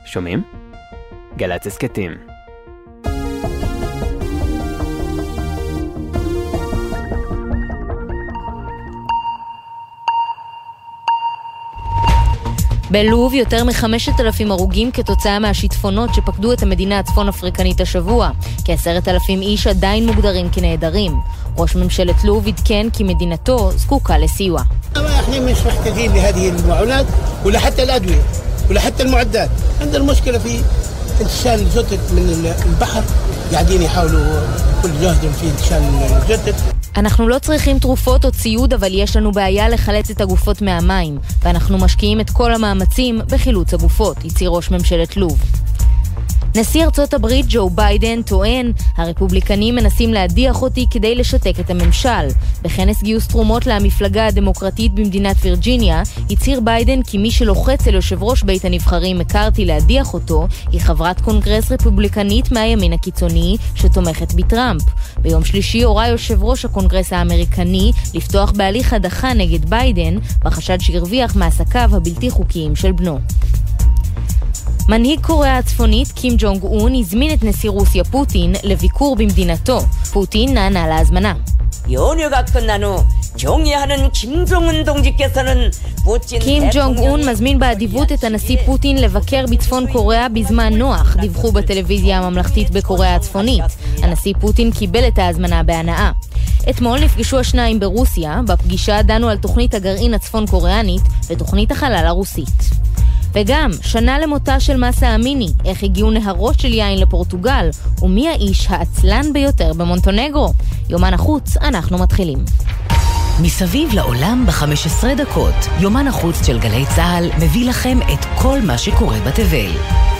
שומעים? גל"צ הסכתים. בלוב יותר מ-5,000 הרוגים כתוצאה מהשיטפונות שפקדו את המדינה הצפון אפריקנית השבוע. כ10,000 איש עדיין מוגדרים כנעדרים. ראש ממשלת לוב עדכן כי מדינתו זקוקה לסיוע. احنا مش محتاجين لهذه المعونات ولا حتى الادويه ولا حتى المعدات. عندنا المشكله في انتشال الجثث من البحر. قاعدين يحاولوا كل جهدهم في انتشال الجثث. אנחנו לא צריכים תרופות או ציוד, אבל יש לנו בעיה לחלץ את הגופות מהמים, ואנחנו משקיעים את כל המאמצים בחילוץ הגופות, הצהיר ראש ממשלת לוב. נשיא ארצות הברית ג'ו ביידן טוען, הרפובליקנים מנסים להדיח אותי כדי לשתק את הממשל. בכנס גיוס תרומות למפלגה הדמוקרטית במדינת וירג'יניה, הצהיר ביידן כי מי שלוחץ אל יושב ראש בית הנבחרים מקארתי להדיח אותו, היא חברת קונגרס רפובליקנית מהימין הקיצוני שתומכת בטראמפ. ביום שלישי הורה יושב ראש הקונגרס האמריקני לפתוח בהליך הדחה נגד ביידן, בחשד שהרוויח מעסקיו הבלתי חוקיים של בנו. מנהיג קוריאה הצפונית, קים ג'ונג און, הזמין את נשיא רוסיה פוטין לביקור במדינתו. פוטין נענה להזמנה. קים ג'ונג און מזמין באדיבות את הנשיא פוטין לבקר בצפון קוריאה בזמן נוח, דיווחו בטלוויזיה הממלכתית בקוריאה הצפונית. הנשיא פוטין קיבל את ההזמנה בהנאה. אתמול נפגשו השניים ברוסיה, בפגישה דנו על תוכנית הגרעין הצפון קוריאנית ותוכנית החלל הרוסית. וגם, שנה למותה של מסה אמיני, איך הגיעו נהרות של יין לפורטוגל, ומי האיש העצלן ביותר במונטנגרו. יומן החוץ, אנחנו מתחילים. מסביב לעולם ב-15 דקות, יומן החוץ של גלי צהל מביא לכם את כל מה שקורה בתבל.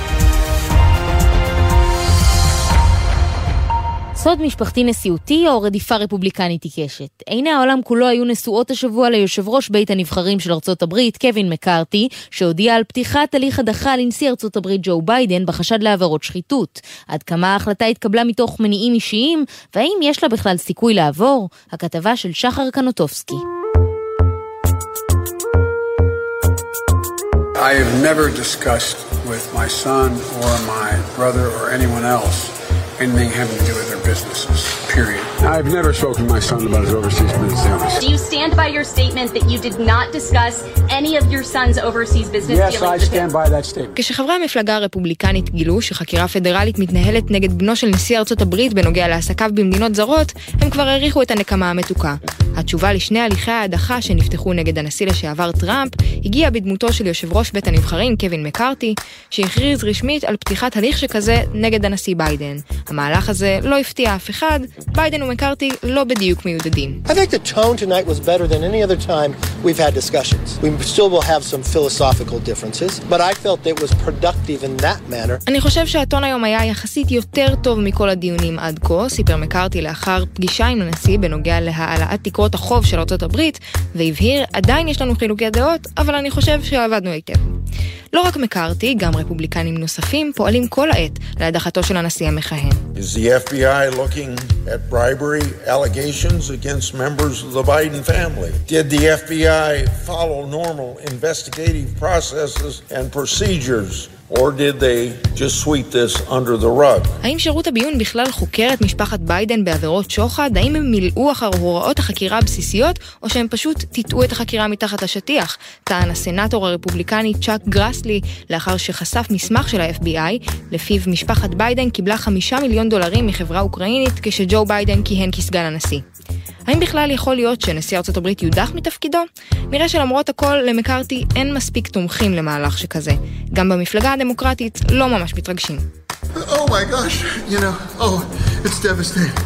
סוד משפחתי נשיאותי או רדיפה רפובליקנית עיקשת. עיני העולם כולו היו נשואות השבוע ליושב ראש בית הנבחרים של ארצות הברית, קווין מקארתי, שהודיע על פתיחת הליך הדחה לנשיא ארצות הברית ג'ו ביידן בחשד לעבירות שחיתות. עד כמה ההחלטה התקבלה מתוך מניעים אישיים, והאם יש לה בכלל סיכוי לעבור? הכתבה של שחר קנוטובסקי. I have never discussed with my son or my brother or anyone else anything having to do with their businesses, period. I've never spoken to my son about his overseas business. Do you stand by your statement that you did not discuss any of your son's overseas business dealings? Yes, I stand by that statement. כשחברי המפלגה הרפובליקנית גילו שחקירה פדרלית מתנהלת נגד בנו של נשיא ארצות הברית בנוגע לעסקיו במדינות זרות, הם כבר העריכו את הנקמה המתוקה. התשובה לשני הליכי ההדחה שנפתחו נגד הנשיא לשעבר טראמפ הגיעה בדמותו של יושב ראש בית הנבחרים קווין מקארתי, שהכריז רשמית על פתיחת הליך שכזה נגד הנשיא ביידן. המהלך הזה לא הפתיע אף אחד, ביידן ומקארתי לא בדיוק מיודדים. I think the tone tonight was better than any other time we've had discussions. We still will have some philosophical differences, but I felt it was productive in that manner. אני חושב שהטון היום היה יחסית יותר טוב מכל הדיונים עד כה, סיפר מקארתי לאחר פגישה עם הנשיא בנוגע להעלאת תקרות החוב של ארצות הברית, והבהיר, עדיין יש לנו חילוקי דעות, אבל אני חושב שעבדנו היטב. לא רק מקארתי, גם רפובליקנים נוספים פועלים כל העת להדחתו של הנשיא המכהן. Is the FBI looking at bribery allegations against members of the Biden family? Did the FBI follow normal investigative processes and procedures? Or did they just sweep this under the rug? האם שירות הביון בכלל חוקר את משפחת ביידן בעבירות שוחד? האם הם מילאו אחר הוראות החקירה הבסיסיות, או שהם פשוט טיטאו את החקירה מתחת לשטיח? טען הסנאטור הרפובליקני צ'אק גרסלי, לאחר שחשף מסמך של ה-FBI, לפיו משפחת ביידן קיבלה $5 מיליון מחברה אוקראינית כשג'ו ביידן כיהן כסגן הנשיא. האם בכלל יכול להיות שנשיא ארצות הברית יודח מתפקידו? נראה שלמרות הכל למקארתי אין מספיק תומכים למהלך שכזה. גם במפלגה הדמוקרטית לא ממש מתרגשים. Oh my gosh, you know, it's devastating.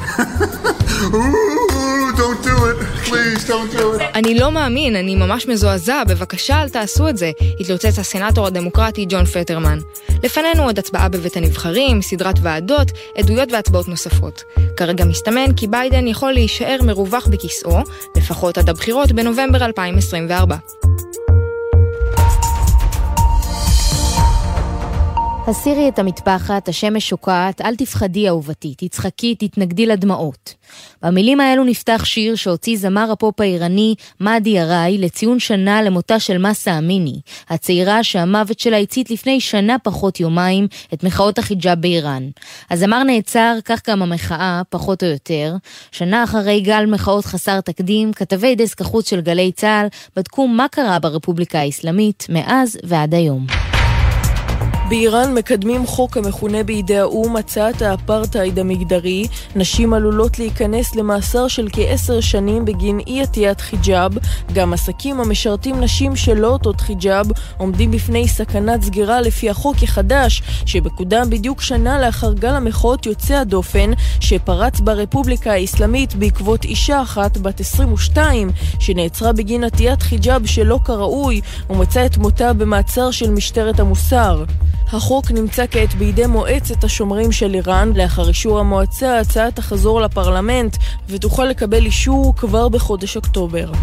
Don't do it, please don't do it. אני לא מאמין, אני ממש מזועזע, בבקשה אל תעשו את זה, התלוצץ הסנאטור הדמוקרטי ג'ון פטרמן. לפנינו עוד הצבעה בבית הנבחרים, סדרת ועדות, עדויות והצבעות נוספות. כרגע מסתמן כי ביידן יכול להישאר מרווח בכיסאו, לפחות עד הבחירות בנובמבר 2024. הסירי את המטפחת, השמש שוקעת, אל תפחדי אהובתי, תצחקי, תתנגדי לדמעות. במילים האלו נפתח שיר שהוציא זמר הפופ האיראני מאדי יראי לציון שנה למותה של מסה אמיני, הצעירה שהמוות שלה הצית לפני שנה פחות יומיים את מחאות החיג'אב באיראן. הזמר נעצר, כך גם המחאה, פחות או יותר. שנה אחרי גל מחאות חסר תקדים, כתבי דסק החוץ של גלי צהל בדקו מה קרה ברפובליקה האסלאמית מאז ועד היום. באיראן מקדמים חוק המכונה בידי האו"ם הצעת האפרטהייד המגדרי. נשים עלולות להיכנס למאסר של כ10 שנים בגין אי עטיית חיג'אב. גם עסקים המשרתים נשים שלא עוטות חיג'אב עומדים בפני סכנת סגירה לפי החוק החדש שבקודם בדיוק שנה לאחר גל המחאות יוצא הדופן שפרץ ברפובליקה האסלאמית בעקבות אישה אחת בת 22 שנעצרה בגין עטיית חיג'אב שלא כראוי ומצא את מותה במעצר של משטרת המוסר. החוק נמצא כעת בידי מועצת השומרים של איראן. לאחר אישור המועצה, ההצעה תחזור לפרלמנט ותוכל לקבל אישור כבר בחודש אוקטובר.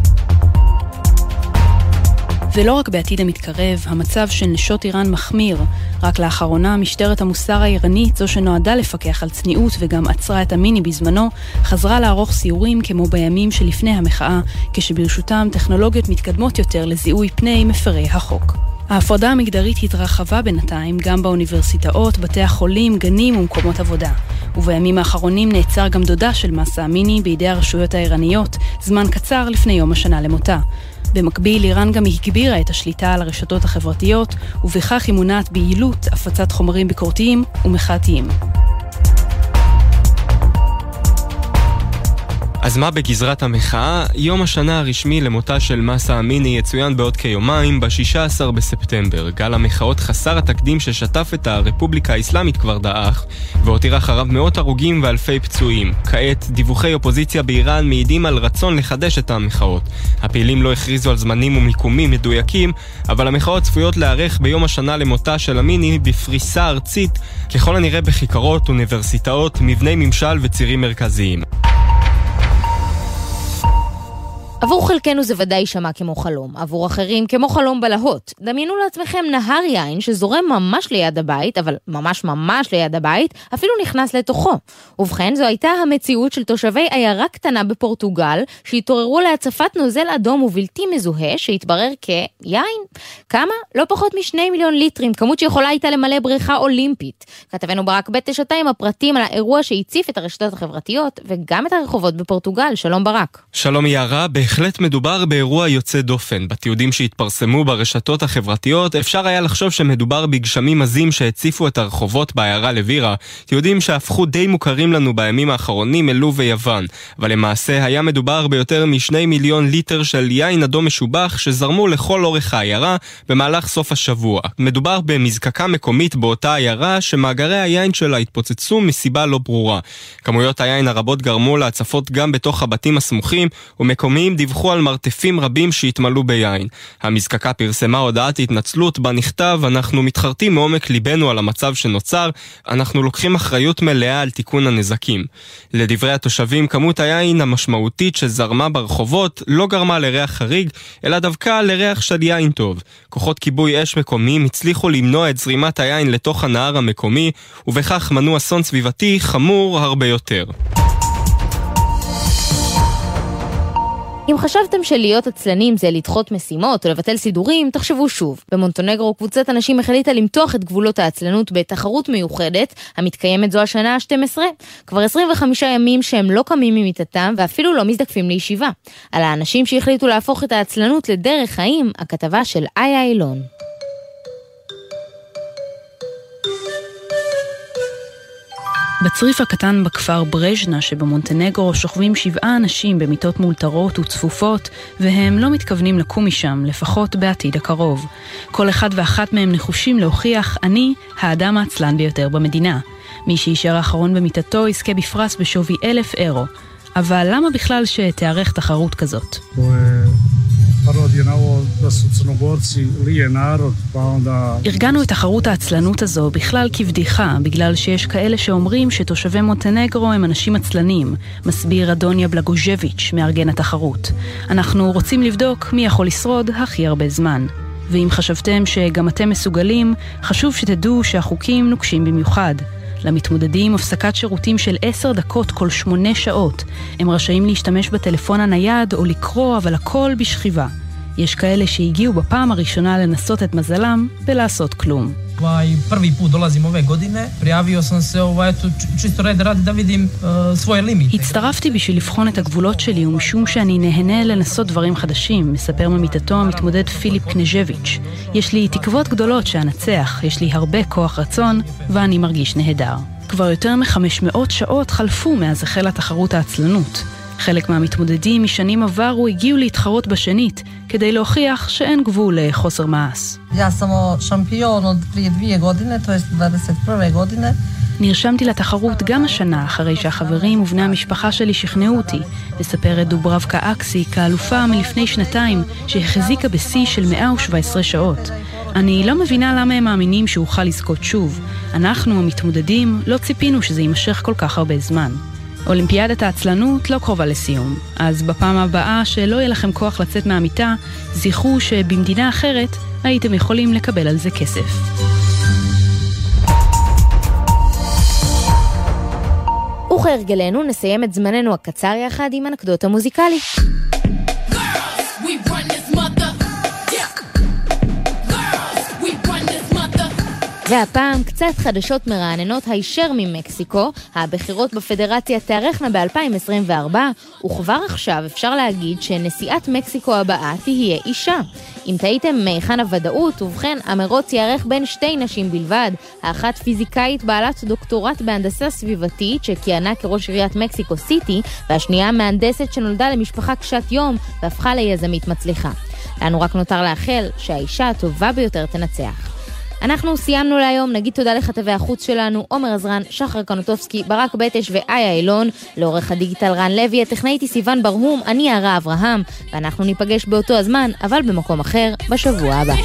ולא רק בעתיד המתקרב, המצב של נשות איראן מחמיר. רק לאחרונה, משטרת המוסר האיראנית, זו שנועדה לפקח על צניעות וגם עצרה את המיני בזמנו, חזרה לערוך סיורים כמו בימים שלפני המחאה, כשברשותם טכנולוגיות מתקדמות יותר לזיהוי פני מפרי החוק. ההפרדה המגדרית התרחבה בינתיים גם באוניברסיטאות, בתי החולים, גנים ומקומות עבודה. ובימים האחרונים נעצר גם דודה של מסה אמיני בידי הרשויות האיראניות, זמן קצר לפני יום השנה למותה. במקביל, איראן גם הגבירה את השליטה על הרשתות החברתיות, ובכך היא מונעת ביעילות הפצת חומרים ביקורתיים ומחאתיים. אז מה בגזרת המחאה? יום השנה הרשמי למותה של מסה אמיני יצוין בעוד כיומיים ב-16 בספטמבר. גל המחאות חסר התקדים ששטף את הרפובליקה האסלאמית כבר דאח, והותיר אחריו מאות הרוגים ואלפי פצועים. כעת, דיווחי אופוזיציה באיראן מעידים על רצון לחדש את המחאות. הפעילים לא הכריזו על זמנים ומיקומים מדויקים, אבל המחאות צפויות להיערך ביום השנה למותה של אמיני בפריסה ארצית, ככל הנראה בכיכרות, אוניברסיטאות, מבני ממשל וצירים מרכזיים. עבור חלקנו זה ודאי שמע כמו חלום, עבור אחרים כמו חלום בלהות. דמיינו לעצמכם נהר יין שזורם ממש ליד הבית, אבל ממש ליד הבית, אפילו נכנס לתוכו. ובכן, זו הייתה המציאות של תושבי עיירה קטנה בפורטוגל, שהתעוררו להצפת נוזל אדום ובלתי מזוהה, שהתברר כיין. כמה? לא פחות מ2 מיליון ליטרים, כמות שיכולה הייתה למלא בריכה אולימפית. כתבנו ברק ב9 עם הפרטים על האירוע שהציף את הרשתות החברתיות, וגם את הרחובות בפורטוגל. שלום ברק. שלום יערה, בהחלט מדובר באירוע יוצא דופן. בתיעודים שהתפרסמו ברשתות החברתיות אפשר היה לחשוב שמדובר בגשמים עזים שהציפו את הרחובות בעיירה לבירה, תיעודים שהפכו די מוכרים לנו בימים האחרונים אלו ויוון, אבל למעשה היה מדובר ביותר מ2 מיליון ליטר של יין אדום משובח שזרמו לכל אורך העיירה במהלך סוף השבוע. מדובר במזקקה מקומית באותה עיירה שמאגרי היין שלה התפוצצו מסיבה לא ברורה. כמויות היין הרבות גרמו להצפות גם בתוך הבתים הסמוכים, ומקומיים דיווחו על מרתפים רבים שהתמלאו ביין. המזקקה פרסמה הודעת התנצלות בה נכתב: אנחנו מתחרטים מעומק ליבנו על המצב שנוצר, אנחנו לוקחים אחריות מלאה על תיקון הנזקים. לדברי התושבים, כמות היין המשמעותית שזרמה ברחובות לא גרמה לריח חריג, אלא דווקא לריח של יין טוב. כוחות כיבוי אש מקומיים הצליחו למנוע את זרימת היין לתוך הנהר המקומי, ובכך מנעו אסון סביבתי חמור הרבה יותר. אם חשבתם שלהיות עצלנים זה לדחות משימות או לבטל סידורים, תחשבו שוב. במונטנגרו קבוצת אנשים החליטה למתוח את גבולות העצלנות בתחרות מיוחדת, המתקיימת זו השנה ה-12. כבר 25 ימים שהם לא קמים ממיטתם ואפילו לא מזדקפים לישיבה. על האנשים שהחליטו להפוך את העצלנות לדרך חיים, הכתבה של איה אילון. בצריף הקטן בכפר ברז'נה שבמונטנגרו שוכבים 7 אנשים במיטות מולתרות וצפופות, והם לא מתכוונים לקום משם, לפחות בעתיד הקרוב. כל אחד ואחת מהם נחושים להוכיח: אני האדם העצלן ביותר במדינה. מי שישאר האחרון במיטתו יזכה בפרס בשווי 1,000 אירו. אבל למה בכלל שתערך תחרות כזאת? ארגנו את תחרות העצלנות הזו בכלל כבדיחה, בגלל שיש כאלה שאומרים שתושבי מונטנגרו הם אנשים עצלנים, מסביר אדוניה בלגוז'ביץ' מארגן התחרות. אנחנו רוצים לבדוק מי יכול לשרוד הכי הרבה זמן. ואם חשבתם שגם אתם מסוגלים, חשוב שתדעו שהחוקים נוקשים במיוחד. למתמודדים הפסקת שירותים של 10 דקות כל 8 שעות. הם רשאים להשתמש בטלפון הנייד או לקרוא, אבל הכל בשכיבה. יש כאלה שהגיעו בפעם הראשונה לנסות את מזלם ולעשות כלום. Prvi put dolazim ove godine, prijavio sam se čisto radi da vidim svoje limite. הצטרפתי בשביל לבחון את הגבולות שלי ומשום שאני נהנה לנסות דברים חדשים, מספר ממיטתו המתמודד פיליפ קנז'ביץ'. יש לי תקוות גדולות שאנצח, יש לי הרבה כוח רצון ואני מרגיש נהדר. כבר יותר מ-500 שעות חלפו מאז החלה תחרות העצלנות. חלק מהמתמודדים משנים עברו הגיעו להתחרות בשנית, כדי להוכיח שאין גבול לחוסר מעש. Ja sam šampion od prije 2 godine, to jest 21. godine. נרשמתי לתחרות גם השנה, אחרי שהחברים ובני המשפחה שלי שכנעו אותי, לספר את דוברבקה אקסיק, האלופה מלפני 2 שהחזיקה בשיא של 117 שעות. אני לא מבינה למה הם מאמינים שאוכל לזכות שוב. אנחנו, המתמודדים, לא ציפינו שזה יימשך כל כך הרבה זמן. אולימפיאדת העצלנות לא קרובה לסיום, אז בפעם הבאה שלא יהיה לכם כוח לצאת מהמיטה, זכרו שבמדינה אחרת הייתם יכולים לקבל על זה כסף. וכהרגלנו נסיים את זמננו הקצר יחד עם אנקדוטה מוזיקלית. והפעם קצת חדשות מרעננות הישר ממקסיקו. הבחירות בפדרציה תארכנה ב-2024, וכבר עכשיו אפשר להגיד שנשיאת מקסיקו הבאה תהיה אישה. אם תהיתם מהיכן הוודאות, ובכן המרוץ יארך בין 2 נשים בלבד, האחת פיזיקאית בעלת דוקטורט בהנדסה סביבתית שכיהנה כראש עיריית מקסיקו סיטי, והשנייה מהנדסת שנולדה למשפחה קשת יום והפכה ליזמית מצליחה. לנו רק נותר לאחל שהאישה הטובה ביותר תנצח. אנחנו סיימנו להיום, נגיד תודה לכתבי החוץ שלנו, עומר עזרן, שחר קנוטובסקי, ברק בטש ואיה אילון, לעורך הדיגיטל רן לוי, הטכנאית סיוון ברהום, אני יערה אברהם, ואנחנו ניפגש באותו הזמן, אבל במקום אחר, בשבוע הבא.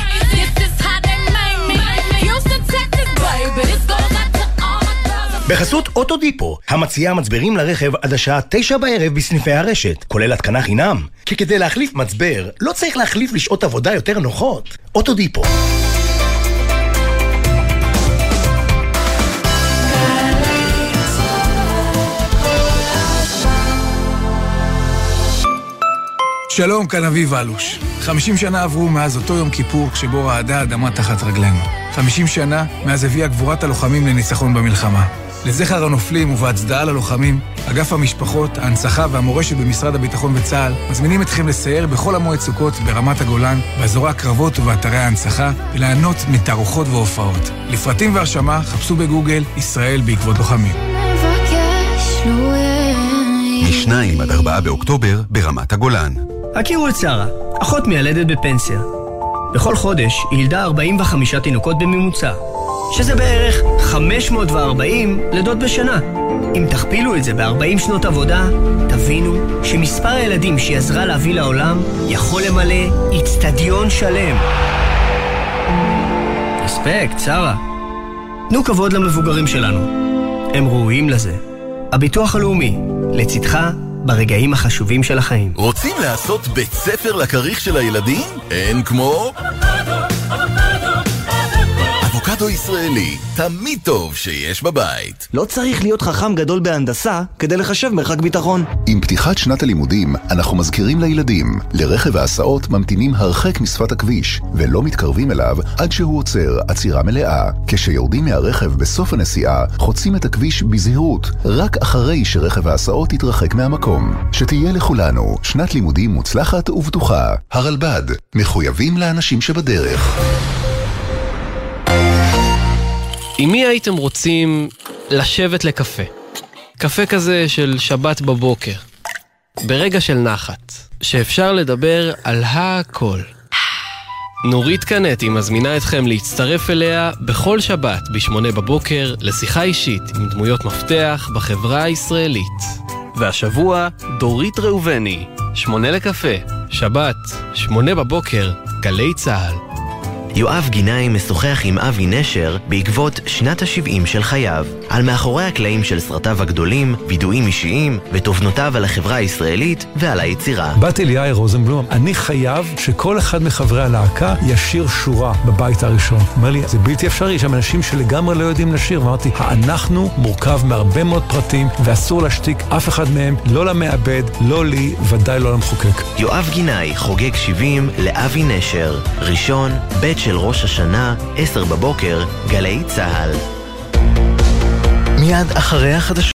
בחסות אוטודיפו, המציעה מצברים לרכב עד השעה 9 בערב בסניפי הרשת, כולל התקנה חינם. כי כדי להחליף מצבר, לא צריך להחליף לשעות עבודה יותר נוחות. אוטודיפו. שלום, כאן אביב אלוש. 50 שנה עברו מאז אותו יום כיפור כשבו רעדה האדמה תחת רגלינו. 50 שנה מאז הביאה גבורת הלוחמים לניצחון במלחמה. לזכר הנופלים ובהצדעה ללוחמים, אגף המשפחות, ההנצחה והמורשת במשרד הביטחון וצה"ל מזמינים אתכם לסייר בכל המועד סוכות ברמת הגולן, באזורי הקרבות ובאתרי ההנצחה, וליהנות מתערוכות והופעות. לפרטים והרשמה חפשו בגוגל ישראל בעקבות לוחמים. מ-2 עד 4 באוקטובר ברמת הגולן. הכירו את שרה, אחות מיילדת בפנסיה. בכל חודש היא ילדה 45 תינוקות בממוצע, שזה בערך 540 לידות בשנה. אם תכפילו את זה ב-40 שנות עבודה, תבינו שמספר הילדים שהיא עזרה להביא לעולם יכול למלא אצטדיון שלם. רספקט, שרה. תנו כבוד למבוגרים שלנו. הם ראויים לזה. הביטוח הלאומי, לצדך ברגעים החשובים של החיים. רוצים לעשות בית ספר לקריך של הילדים? אין כמו אבוקדו ישראלי, תמיד טוב שיש בבית. לא צריך להיות חכם גדול בהנדסה כדי לחשב מרחק ביטחון. עם פתיחת שנת הלימודים, אנחנו מזכירים לילדים, לרכב ההסעות ממתינים הרחק משפת הכביש, ולא מתקרבים אליו עד שהוא עוצר עצירה מלאה. כשיורדים מהרכב בסוף הנסיעה, חוצים את הכביש בזהירות, רק אחרי שרכב ההסעות יתרחק מהמקום. שתהיה לכולנו שנת לימודים מוצלחת ובטוחה. הרלב"ד, מחויבים לאנשים שבדרך. עם מי הייתם רוצים לשבת לקפה? קפה כזה של שבת בבוקר. ברגע של נחת, שאפשר לדבר על הכל. נורית קנטי מזמינה אתכם להצטרף אליה בכל שבת ב8 בבוקר לשיחה אישית עם דמויות מפתח בחברה הישראלית. והשבוע דורית ראובני, 8 לקפה, שבת, 8 בבוקר, גלי צהל. יואב גינאי משוחח עם אבי נשר בעקבות שנת ה-70 של חייו, על מאחורי הקלעים של סרטיו הגדולים, וידועים אישיים ותובנותיו על החברה הישראלית ועל היצירה. באתי ליאיר רוזנבלום, אני חייב שכל אחד מחברי הלהקה ישיר שורה בבית הראשון. אומר לי, זה בלתי אפשרי, יש שם אנשים שלגמרי לא יודעים לשיר. ואמרתי, אנחנו מורכב מהרבה מאוד פרטים ואסור להשתיק אף אחד מהם, לא למעבד, לא לי, ודאי לא למחוקק. יואב גינאי חוגג 70 לאבי נשר, ראשון, בית של ראש השנה, 10 בבוקר, גלי צהל. מיד אחרי החדשות.